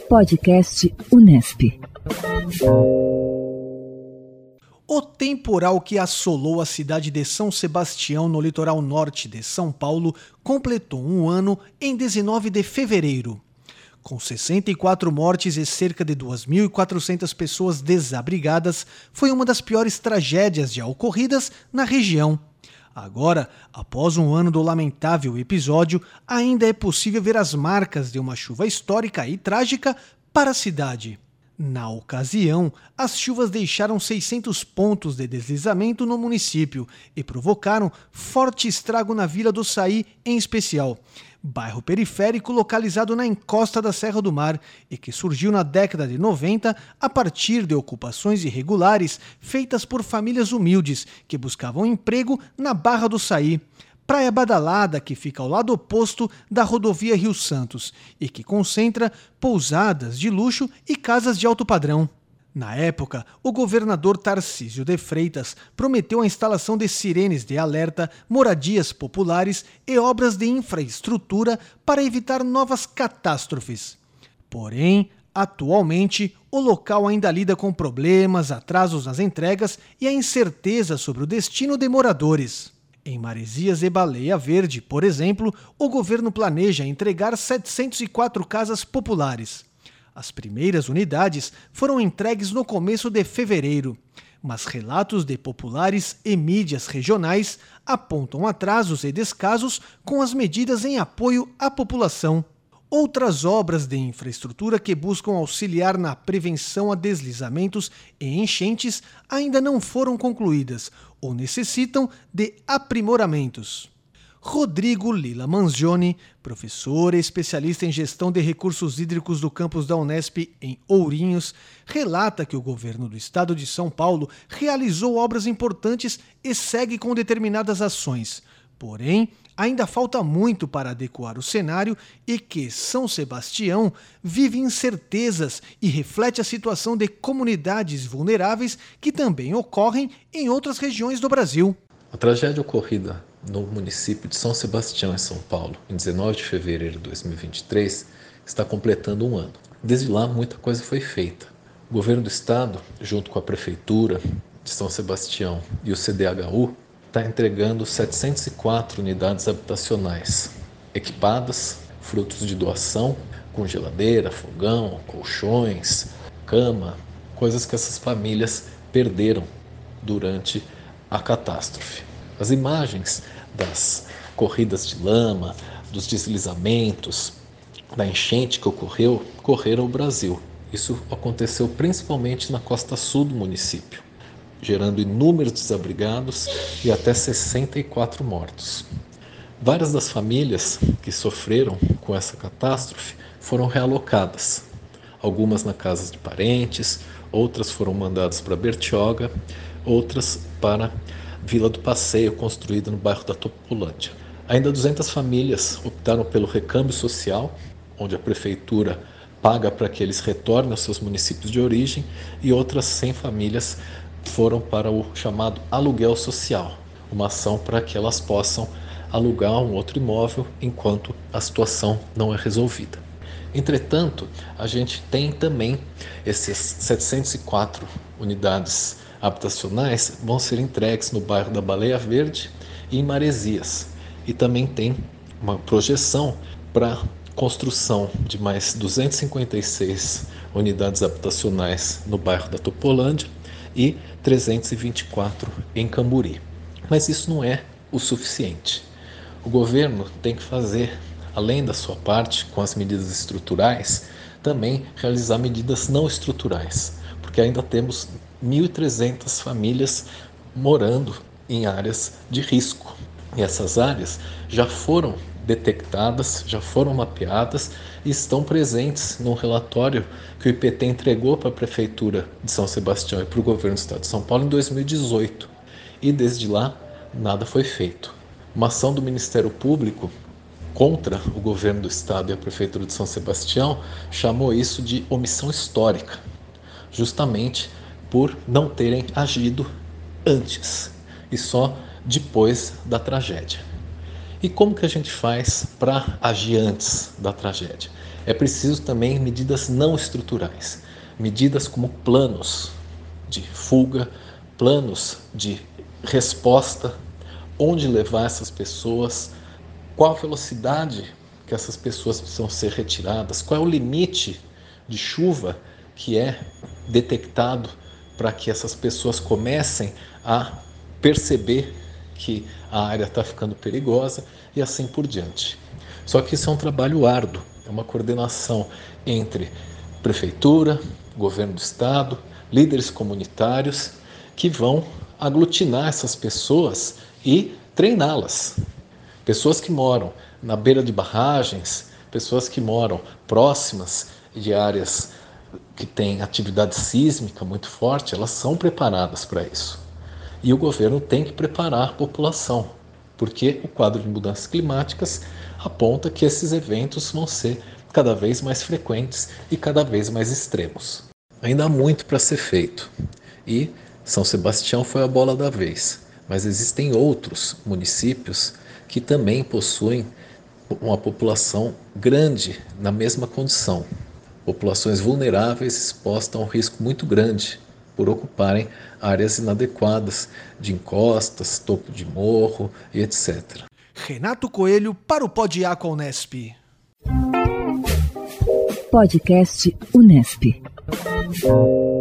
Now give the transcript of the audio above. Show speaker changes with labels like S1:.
S1: Podcast Unesp.
S2: O temporal que assolou a cidade de São Sebastião, no litoral norte de São Paulo, completou um ano em 19 de fevereiro. Com 64 mortes e cerca de 2.400 pessoas desabrigadas, foi uma das piores tragédias já ocorridas na região. Agora, após um ano do lamentável episódio, ainda é possível ver as marcas de uma chuva histórica e trágica para a cidade. Na ocasião, as chuvas deixaram 600 pontos de deslizamento no município e provocaram forte estrago na Vila do Saí, em especial, bairro periférico localizado na encosta da Serra do Mar e que surgiu na década de 90 a partir de ocupações irregulares feitas por famílias humildes que buscavam emprego na Barra do Saí, praia badalada que fica ao lado oposto da rodovia Rio Santos e que concentra pousadas de luxo e casas de alto padrão. Na época, o governador Tarcísio de Freitas prometeu a instalação de sirenes de alerta, moradias populares e obras de infraestrutura para evitar novas catástrofes. Porém, atualmente, o local ainda lida com problemas, atrasos nas entregas e a incerteza sobre o destino de moradores. Em Maresias e Baleia Verde, por exemplo, o governo planeja entregar 704 casas populares. As primeiras unidades foram entregues no começo de fevereiro, mas relatos de populares e mídias regionais apontam atrasos e descasos com as medidas em apoio à população. Outras obras de infraestrutura que buscam auxiliar na prevenção a deslizamentos e enchentes ainda não foram concluídas ou necessitam de aprimoramentos. Rodrigo Lila Manzioni, professor e especialista em gestão de recursos hídricos do campus da Unesp em Ourinhos, relata que o governo do estado de São Paulo realizou obras importantes e segue com determinadas ações. Porém, ainda falta muito para adequar o cenário e que São Sebastião vive incertezas e reflete a situação de comunidades vulneráveis que também ocorrem em outras regiões do Brasil.
S3: A tragédia ocorrida no município de São Sebastião, em São Paulo, em 19 de fevereiro de 2023, está completando um ano. Desde lá, muita coisa foi feita. O governo do estado, junto com a prefeitura de São Sebastião e o CDHU, está entregando 704 unidades habitacionais, equipadas, frutos de doação, com geladeira, fogão, colchões, cama, coisas que essas famílias perderam durante a catástrofe. As imagens das corridas de lama, dos deslizamentos, da enchente que correram o Brasil. Isso aconteceu principalmente na costa sul do município, gerando inúmeros desabrigados e até 64 mortos. Várias das famílias que sofreram com essa catástrofe foram realocadas. Algumas na casa de parentes, outras foram mandadas para Bertioga, outras para Vila do Passeio, construída no bairro da Topolândia. Ainda 200 famílias optaram pelo recâmbio social, onde a prefeitura paga para que eles retornem aos seus municípios de origem, e outras 100 famílias foram para o chamado aluguel social, uma ação para que elas possam alugar um outro imóvel enquanto a situação não é resolvida. Entretanto, a gente tem também esses 704 unidades habitacionais vão ser entregues no bairro da Baleia Verde e em Maresias. E também tem uma projeção para construção de mais 256 unidades habitacionais no bairro da Topolândia e 324 em Camburi. Mas isso não é o suficiente. O governo tem que fazer, além da sua parte, com as medidas estruturais, também realizar medidas não estruturais, porque ainda temos 1.300 famílias morando em áreas de risco. E essas áreas já foram detectadas, já foram mapeadas e estão presentes num relatório que o IPT entregou para a Prefeitura de São Sebastião e para o Governo do Estado de São Paulo em 2018. E desde lá, nada foi feito. Uma ação do Ministério Público contra o Governo do Estado e a Prefeitura de São Sebastião chamou isso de omissão histórica, justamente por não terem agido antes e só depois da tragédia. E como que a gente faz para agir antes da tragédia? É preciso também medidas não estruturais, medidas como planos de fuga, planos de resposta, onde levar essas pessoas, qual a velocidade que essas pessoas precisam ser retiradas, qual é o limite de chuva que é detectado para que essas pessoas comecem a perceber que a área está ficando perigosa e assim por diante. Só que isso é um trabalho árduo, é uma coordenação entre prefeitura, governo do estado, líderes comunitários que vão aglutinar essas pessoas e treiná-las. Pessoas que moram na beira de barragens, pessoas que moram próximas de áreas que têm atividade sísmica muito forte, elas são preparadas para isso. E o governo tem que preparar a população, porque o quadro de mudanças climáticas aponta que esses eventos vão ser cada vez mais frequentes e cada vez mais extremos. Ainda há muito para ser feito e São Sebastião foi a bola da vez, mas existem outros municípios que também possuem uma população grande na mesma condição, populações vulneráveis expostas a um risco muito grande por ocuparem áreas inadequadas de encostas, topo de morro e etc.
S2: Renato Coelho para o Pod A com Unesp.
S1: Podcast Unesp.